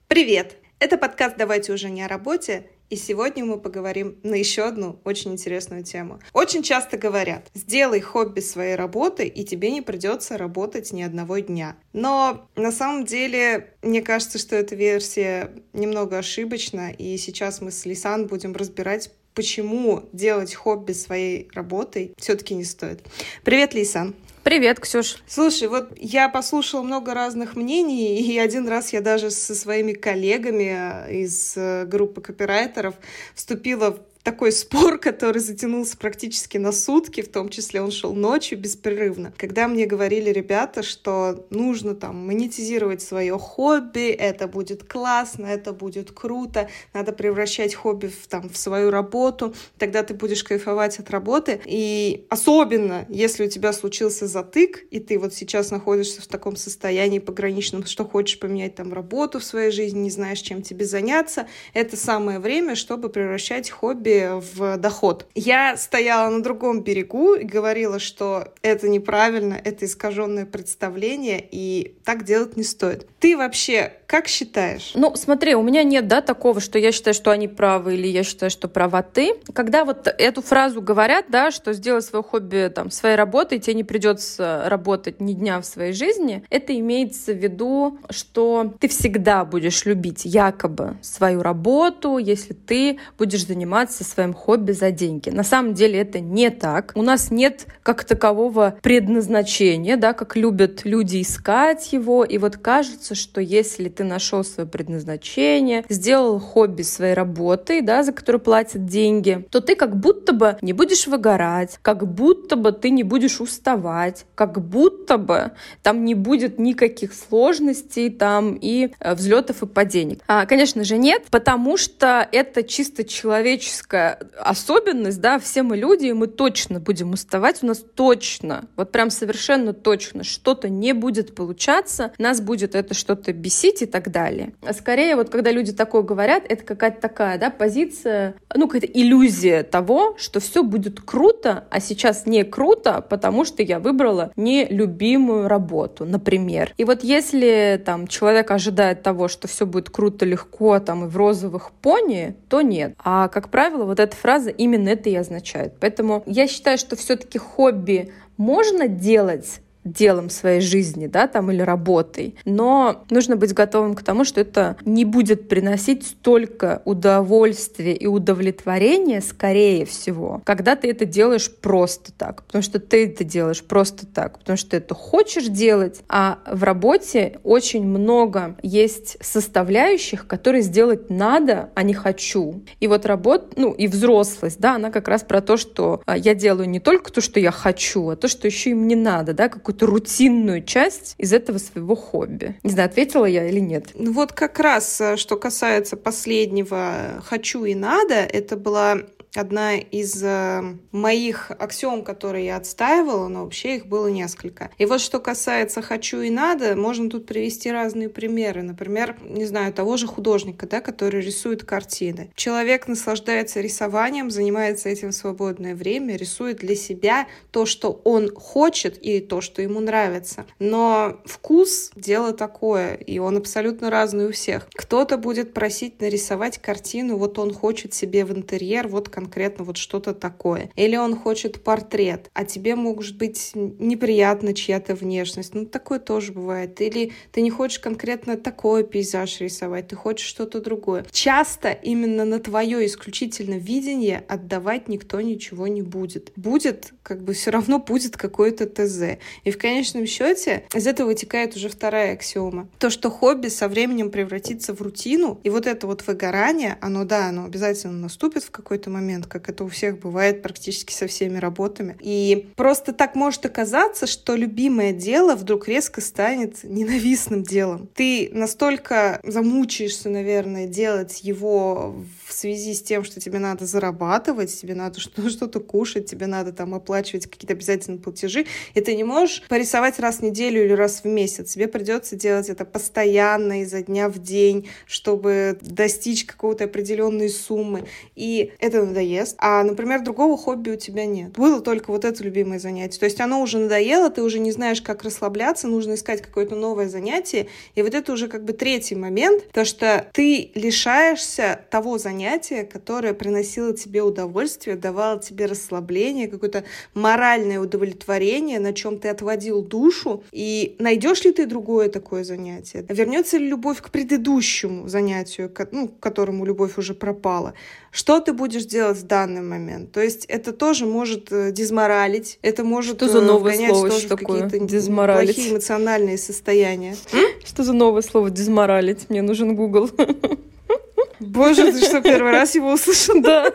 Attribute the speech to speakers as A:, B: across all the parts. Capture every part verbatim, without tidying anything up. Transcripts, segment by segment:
A: Привет! Это подкаст «Давайте уже не о работе», и сегодня мы поговорим на еще одну очень интересную тему. Очень часто говорят: сделай хобби своей работы, и тебе не придется работать ни одного дня. Но на самом деле, мне кажется, что эта версия немного ошибочна, и сейчас мы с Лейсан будем разбирать, почему делать хобби своей работой все-таки не стоит. Привет, Лейсан!
B: Привет, Ксюш.
A: Слушай, вот я послушала много разных мнений, и один раз я даже со своими коллегами из группы копирайтеров вступила в такой спор, который затянулся практически на сутки, в том числе он шел ночью беспрерывно. Когда мне говорили ребята, что нужно там монетизировать свое хобби, это будет классно, это будет круто, надо превращать хобби в, там, в свою работу, тогда ты будешь кайфовать от работы. И особенно, если у тебя случился затык, и ты вот сейчас находишься в таком состоянии пограничном, что хочешь поменять там работу в своей жизни, не знаешь, чем тебе заняться, это самое время, чтобы превращать хобби в доход. Я стояла на другом берегу и говорила, что это неправильно, это искаженное представление, и так делать не стоит. Ты вообще как считаешь?
B: Ну, смотри, у меня нет, да, такого, что я считаю, что они правы, или я считаю, что права ты. Когда вот эту фразу говорят, да, что сделай свое хобби там своей работой, тебе не придется работать ни дня в своей жизни, это имеется в виду, что ты всегда будешь любить якобы свою работу, если ты будешь заниматься своим хобби за деньги. На самом деле это не так. У нас нет как такового предназначения, да, как любят люди искать его. И вот кажется, что если ты нашел свое предназначение, сделал хобби своей работой, да, за которую платят деньги, то ты как будто бы не будешь выгорать, как будто бы ты не будешь уставать, как будто бы там не будет никаких сложностей там и взлетов и падений. А, конечно же, нет, потому что это чисто человеческая особенность, да, все мы люди, и мы точно будем уставать, у нас точно, вот прям совершенно точно что-то не будет получаться, нас будет это что-то бесить и так далее. А скорее, вот когда люди такое говорят, это какая-то такая, да, позиция, ну, какая-то иллюзия того, что все будет круто, а сейчас не круто, потому что я выбрала нелюбимую работу, например. И вот если там человек ожидает того, что все будет круто, легко, там, и в розовых пони, то нет. А, как правило, вот эта фраза именно это и означает. Поэтому я считаю, что все-таки хобби можно делать делом своей жизни, да, там, или работой, но нужно быть готовым к тому, что это не будет приносить столько удовольствия и удовлетворения, скорее всего, когда ты это делаешь просто так, потому что ты это делаешь просто так, потому что ты это хочешь делать, а в работе очень много есть составляющих, которые сделать надо, а не хочу. И вот работа, ну, и взрослость, да, она как раз про то, что я делаю не только то, что я хочу, а то, что еще и мне надо, да, какую-то рутинную часть из этого своего хобби. Не знаю, ответила я или нет.
A: Ну вот как раз, что касается последнего «хочу» и «надо», это была одна из э, моих аксиом, которые я отстаивала, но вообще их было несколько. И вот что касается «хочу» и «надо», можно тут привести разные примеры. Например, не знаю, того же художника, да, который рисует картины. Человек наслаждается рисованием, занимается этим в свободное время, рисует для себя то, что он хочет, и то, что ему нравится. Но вкус — дело такое, и он абсолютно разный у всех. Кто-то будет просить нарисовать картину, вот он хочет себе в интерьер, вот конкретно вот что-то такое. Или он хочет портрет, а тебе может быть неприятна чья-то внешность. Ну, такое тоже бывает. Или ты не хочешь конкретно такой пейзаж рисовать, ты хочешь что-то другое. Часто именно на твое исключительно видение отдавать никто ничего не будет. Будет, как бы все равно будет какое-то ТЗ. И в конечном счете из этого вытекает уже вторая аксиома. То, что хобби со временем превратится в рутину, и вот это вот выгорание, оно, да, оно обязательно наступит в какой-то момент, как это у всех бывает практически со всеми работами. И просто так может оказаться, что любимое дело вдруг резко станет ненавистным делом. Ты настолько замучаешься, наверное, делать его в связи с тем, что тебе надо зарабатывать, тебе надо что-то кушать, тебе надо там оплачивать какие-то обязательные платежи, и ты не можешь порисовать раз в неделю или раз в месяц. Тебе придется делать это постоянно, изо дня в день, чтобы достичь какой-то определенной суммы. И это надо надоест, а, например, другого хобби у тебя нет. Было только вот это любимое занятие. То есть оно уже надоело, ты уже не знаешь, как расслабляться, нужно искать какое-то новое занятие. И вот это уже как бы третий момент, то что ты лишаешься того занятия, которое приносило тебе удовольствие, давало тебе расслабление, какое-то моральное удовлетворение, на чем ты отводил душу. И найдешь ли ты другое такое занятие? Вернется ли любовь к предыдущему занятию, к, ну, к которому любовь уже пропала? Что ты будешь делать в данный момент? То есть это тоже может э, дезморалить, это может
B: что за новое
A: вгонять
B: слово,
A: тоже в
B: такое?
A: какие-то
B: Дезморалить.
A: плохие эмоциональные состояния.
B: Что за новое слово дезморалить? Мне нужен Google.
A: Боже, ты что, первый раз его услышал?
B: Да.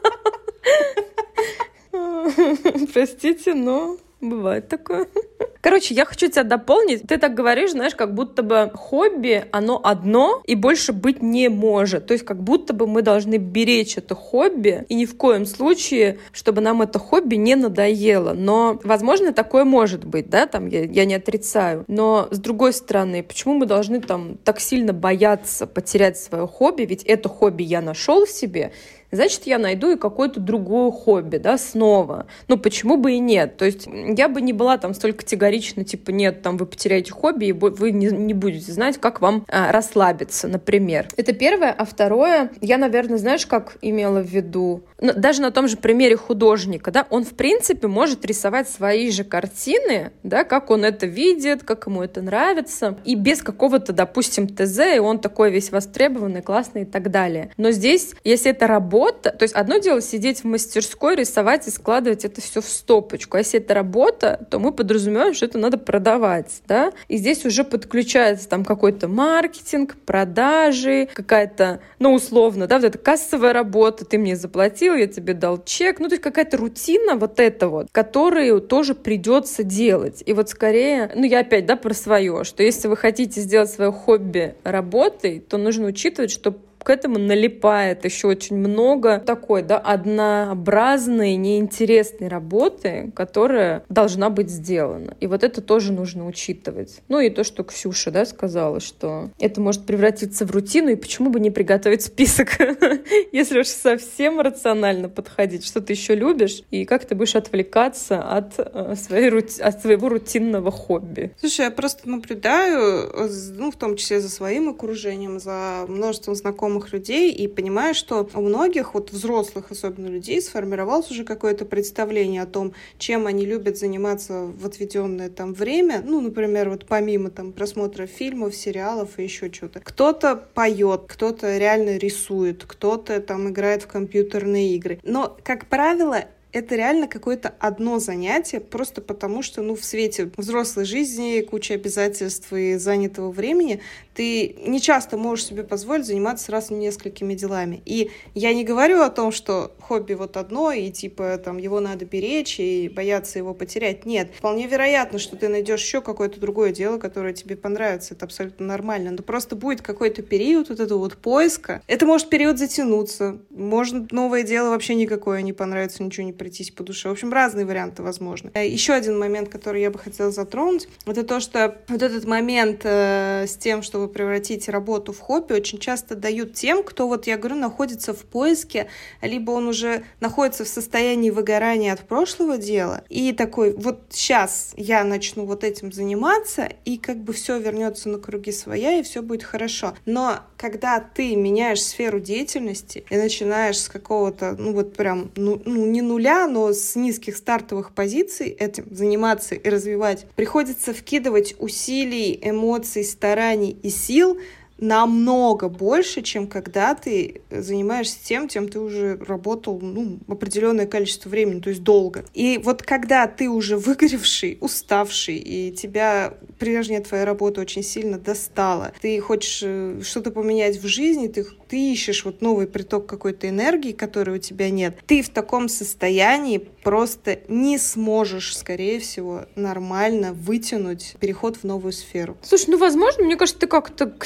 B: Простите, но бывает такое. Короче, я хочу тебя дополнить. Ты так говоришь, знаешь, как будто бы хобби, оно одно и больше быть не может. То есть как будто бы мы должны беречь это хобби и ни в коем случае, чтобы нам это хобби не надоело. Но, возможно, такое может быть, да, там я, я не отрицаю. Но, с другой стороны, почему мы должны там так сильно бояться потерять свое хобби? Ведь это хобби я нашел в себе, значит, я найду и какое-то другое хобби, да, снова. Ну, почему бы и нет? То есть я бы не была там столь категорична, типа, нет, там вы потеряете хобби, и вы не, не будете знать, как вам а, расслабиться, например. Это первое. А второе, я, наверное, знаешь, как имела в виду? Даже на том же примере художника, да, он, в принципе, может рисовать свои же картины, да, как он это видит, как ему это нравится, и без какого-то, допустим, ТЗ, и он такой весь востребованный, классный и так далее. Но здесь, если это работа, то есть одно дело сидеть в мастерской, рисовать и складывать это все в стопочку. А если это работа, то мы подразумеваем, что это надо продавать, да? И здесь уже подключается там какой-то маркетинг, продажи, какая-то, ну, условно, да, вот эта кассовая работа, ты мне заплатил, я тебе дал чек, ну, то есть какая-то рутина вот эта вот, которую тоже придется делать. И вот скорее, ну, я опять, да, про свое, что если вы хотите сделать свое хобби работой, то нужно учитывать, что к этому налипает еще очень много такой, да, однообразной, неинтересной работы, которая должна быть сделана. И вот это тоже нужно учитывать. Ну и то, что Ксюша, да, сказала, что это может превратиться в рутину, и почему бы не приготовить список, если уж совсем рационально подходить, что ты еще любишь, и как ты будешь отвлекаться от, своей, от своего рутинного хобби.
A: Слушай, я просто наблюдаю, ну, в том числе за своим окружением, за множеством знакомых людей, и понимаю, что у многих, вот взрослых особенно людей, сформировалось уже какое-то представление о том, чем они любят заниматься в отведенное там время. Ну, например, вот помимо там просмотра фильмов, сериалов и еще что-то. Кто-то поет, кто-то реально рисует, кто-то там играет в компьютерные игры. Но, как правило, это реально какое-то одно занятие, просто потому что, ну, в свете взрослой жизни, куча обязательств и занятого времени, ты не часто можешь себе позволить заниматься сразу несколькими делами. И я не говорю о том, что хобби вот одно, и типа там его надо беречь и бояться его потерять. Нет. Вполне вероятно, что ты найдешь еще какое-то другое дело, которое тебе понравится. Это абсолютно нормально. Но просто будет какой-то период вот этого вот поиска. Это может период затянуться. Может, новое дело вообще никакое не понравится, ничего не прийтись по душе. В общем, разные варианты возможны. Еще один момент, который я бы хотела затронуть, это то, что вот этот момент э, с тем, чтобы превратить работу в хобби, очень часто дают тем, кто, вот я говорю, находится в поиске, либо он уже находится в состоянии выгорания от прошлого дела, и такой, вот сейчас я начну вот этим заниматься, и как бы все вернется на круги своя, и все будет хорошо. Но когда ты меняешь сферу деятельности и начинаешь с какого-то, ну вот прям, ну, ну не нуля, но с низких стартовых позиций этим заниматься и развивать, приходится вкидывать усилий, эмоций, стараний и сил намного больше, чем когда ты занимаешься тем, чем ты уже работал, ну, определенное количество времени, то есть долго. И вот когда ты уже выгоревший, уставший, и тебя прежняя твоя работа очень сильно достала, ты хочешь что-то поменять в жизни, ты, ты ищешь вот новый приток какой-то энергии, которой у тебя нет, ты в таком состоянии просто не сможешь, скорее всего, нормально вытянуть переход в новую сферу.
B: Слушай, ну, возможно, мне кажется, ты как-то категорично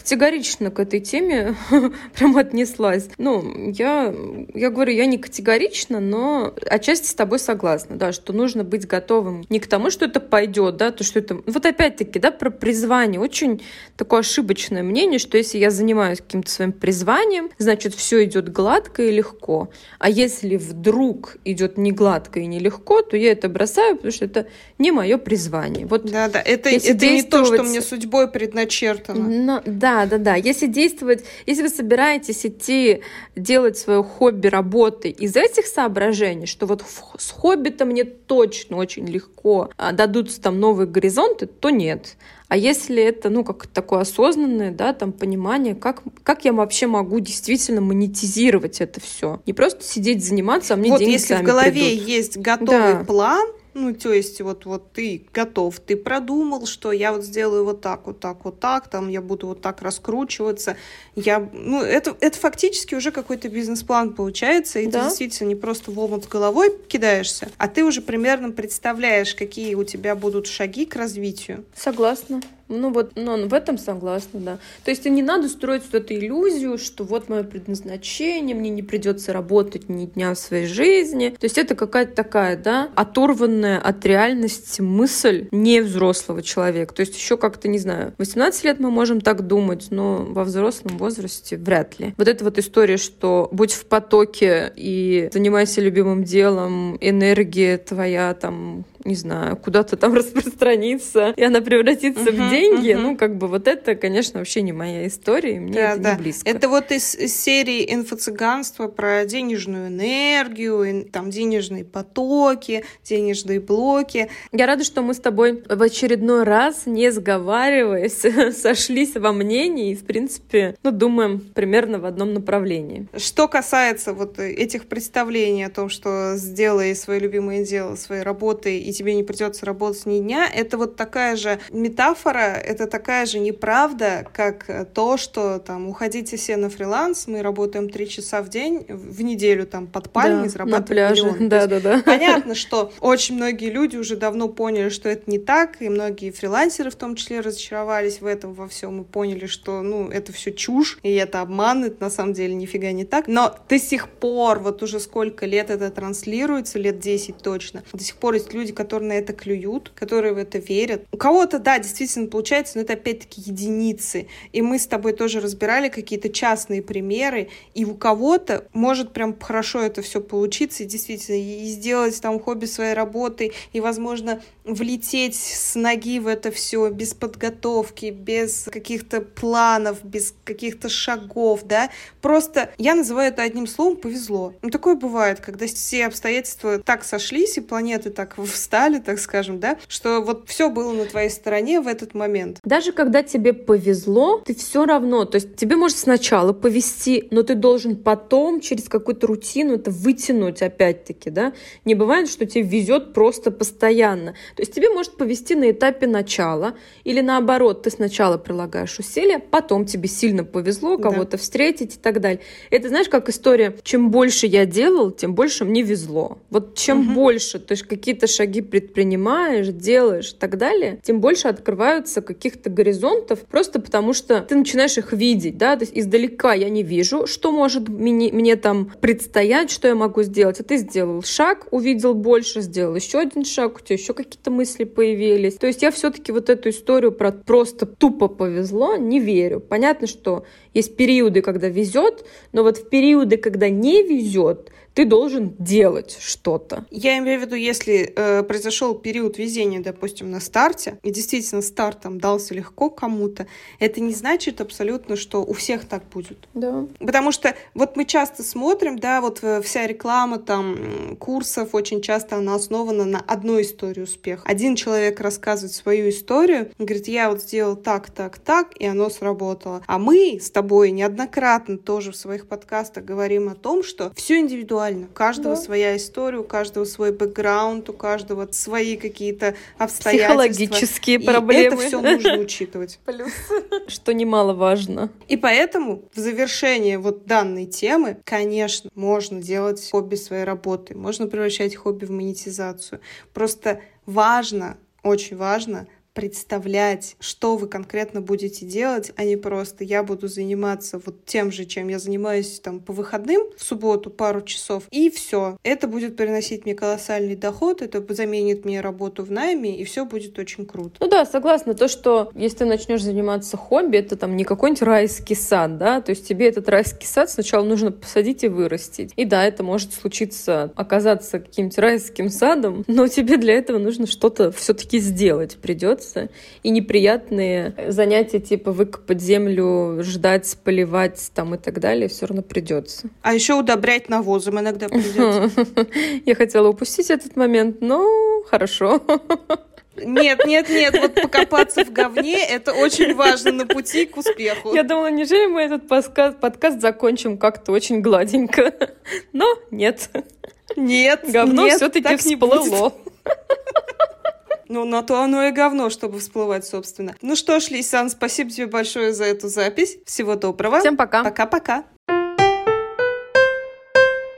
B: логично к этой теме прям отнеслась. Ну, я, я говорю, я не категорично, но отчасти с тобой согласна, да, что нужно быть готовым не к тому, что это пойдет, да, то, что это... Вот опять-таки, да, про призвание. Очень такое ошибочное мнение, что если я занимаюсь каким-то своим призванием, значит, все идет гладко и легко. А если вдруг идет не гладко и не легко, то я это бросаю, потому что это не мое призвание. Вот
A: да, да, это, это действовать... не то, что мне судьбой предначертано.
B: Но, да, да, да. Если действовать, если вы собираетесь идти делать свое хобби работой из этих соображений, что вот с хобби-то мне точно очень легко дадутся там новые горизонты, то нет. А если это, ну, как такое осознанное, да, там, понимание, как, как я вообще могу действительно монетизировать это все? Не просто сидеть, заниматься, а мне
A: вот
B: деньги
A: если
B: сами
A: в голове
B: придут.
A: есть готовый
B: да.
A: план, ну, то есть вот, вот ты готов, ты продумал, что я вот сделаю вот так, вот так, вот так, там я буду вот так раскручиваться. Я, ну, это, это фактически уже какой-то бизнес-план получается, и да? Ты действительно не просто в омут с головой кидаешься, а ты уже примерно представляешь, какие у тебя будут шаги к развитию.
B: Согласна. Ну вот, ну, в этом согласна, да. То есть не надо строить вот эту иллюзию, что вот мое предназначение, мне не придется работать ни дня в своей жизни. То есть это какая-то такая, да, оторванная от реальности мысль не взрослого человека. То есть еще как-то, не знаю, в восемнадцать лет мы можем так думать, но во взрослом возрасте вряд ли. Вот эта вот история, что будь в потоке и занимайся любимым делом, энергия твоя там, не знаю, куда-то там распространится, и она превратится uh-huh, в деньги. Uh-huh. Ну, как бы вот это, конечно, вообще не моя история, и мне да, это да. не близко.
A: Это вот из, из серии инфо-цыганства про денежную энергию, там денежные потоки, денежные блоки.
B: Я рада, что мы с тобой в очередной раз, не сговариваясь, сошлись во мнении и, в принципе, ну, думаем примерно в одном направлении.
A: Что касается вот этих представлений о том, что сделай свое любимое дело, своей работой, и тебе не придется работать ни дня, это вот такая же метафора, это такая же неправда, как то, что там уходите все на фриланс, мы работаем три часа в день, в неделю там под пальмой, да, зарабатываем миллион.
B: Да, да, да.
A: Понятно, что очень многие люди уже давно поняли, что это не так, и многие фрилансеры в том числе разочаровались в этом во всем и поняли, что ну это все чушь, и это обман, это на самом деле нифига не так. Но до сих пор, вот уже сколько лет это транслируется, лет десять точно, до сих пор есть люди, которые на это клюют, которые в это верят. У кого-то, да, действительно получается, но это опять-таки единицы. И мы с тобой тоже разбирали какие-то частные примеры, и у кого-то может прям хорошо это все получиться, и действительно, и сделать там хобби своей работы, и, возможно, влететь с ноги в это все без подготовки, без каких-то планов, без каких-то шагов, да. Просто я называю это одним словом «повезло». Ну, такое бывает, когда все обстоятельства так сошлись, и планеты так встали, так скажем, да, что вот все было на твоей стороне в этот момент.
B: Даже когда тебе повезло, ты все равно, то есть тебе может сначала повезти, но ты должен потом через какую-то рутину это вытянуть опять-таки, да. Не бывает, что тебе везет просто постоянно. То есть тебе может повезти на этапе начала, или наоборот, ты сначала прилагаешь усилия, потом тебе сильно повезло кого-то да. встретить и так далее. Это, знаешь, как история, чем больше я делал, тем больше мне везло. Вот чем угу. больше, то есть какие-то шаги предпринимаешь, делаешь и так далее, тем больше открываются каких-то горизонтов, просто потому что ты начинаешь их видеть, да, то есть издалека я не вижу, что может мне, мне там предстоять, что я могу сделать, а ты сделал шаг, увидел больше, сделал еще один шаг, у тебя еще какие-то мысли появились. То есть я все-таки вот эту историю про просто тупо повезло не верю. Понятно, что есть периоды, когда везет, но вот в периоды, когда не везет, ты должен делать что-то.
A: Я имею в виду, если э, произошел период везения, допустим, на старте, и действительно старт там дался легко кому-то, это не значит абсолютно, что у всех так будет.
B: Да.
A: Потому что вот мы часто смотрим, да, вот вся реклама там курсов, очень часто она основана на одной истории успеха. Один человек рассказывает свою историю, говорит, я вот сделал так, так, так, и оно сработало. А мы с тобой неоднократно тоже в своих подкастах говорим о том, что все индивидуально. У каждого да. своя история, у каждого свой бэкграунд, у каждого свои какие-то обстоятельства.
B: Психологические проблемы.
A: И это все нужно учитывать.
B: Плюс. Что немаловажно.
A: И поэтому в завершение вот данной темы, конечно, можно делать хобби своей работы, можно превращать хобби в монетизацию. Просто важно, очень важно представлять, что вы конкретно будете делать, а не просто я буду заниматься вот тем же, чем я занимаюсь там по выходным, в субботу пару часов, и все. Это будет приносить мне колоссальный доход, это заменит мне работу в найме, и все будет очень круто.
B: Ну да, согласна. То, что если ты начнешь заниматься хобби, это там не какой-нибудь райский сад, да, то есть тебе этот райский сад сначала нужно посадить и вырастить. И да, это может случиться, оказаться каким-нибудь райским садом, но тебе для этого нужно что-то все-таки сделать придется. И неприятные занятия, типа выкопать землю, ждать, поливать там и так далее, все равно придется.
A: А еще удобрять навозом иногда придется.
B: Я хотела упустить этот момент, но хорошо.
A: Нет, нет, нет, вот покопаться в говне — это очень важно на пути к успеху.
B: Я думала, неужели мы этот подкаст, подкаст закончим как-то очень гладенько? Но нет.
A: Нет,
B: говно
A: нет,
B: все-таки всплыло.
A: Ну, на то оно и говно, чтобы всплывать, собственно. Ну что ж, Лейсан, спасибо тебе большое за эту запись. Всего доброго.
B: Всем пока.
A: Пока-пока.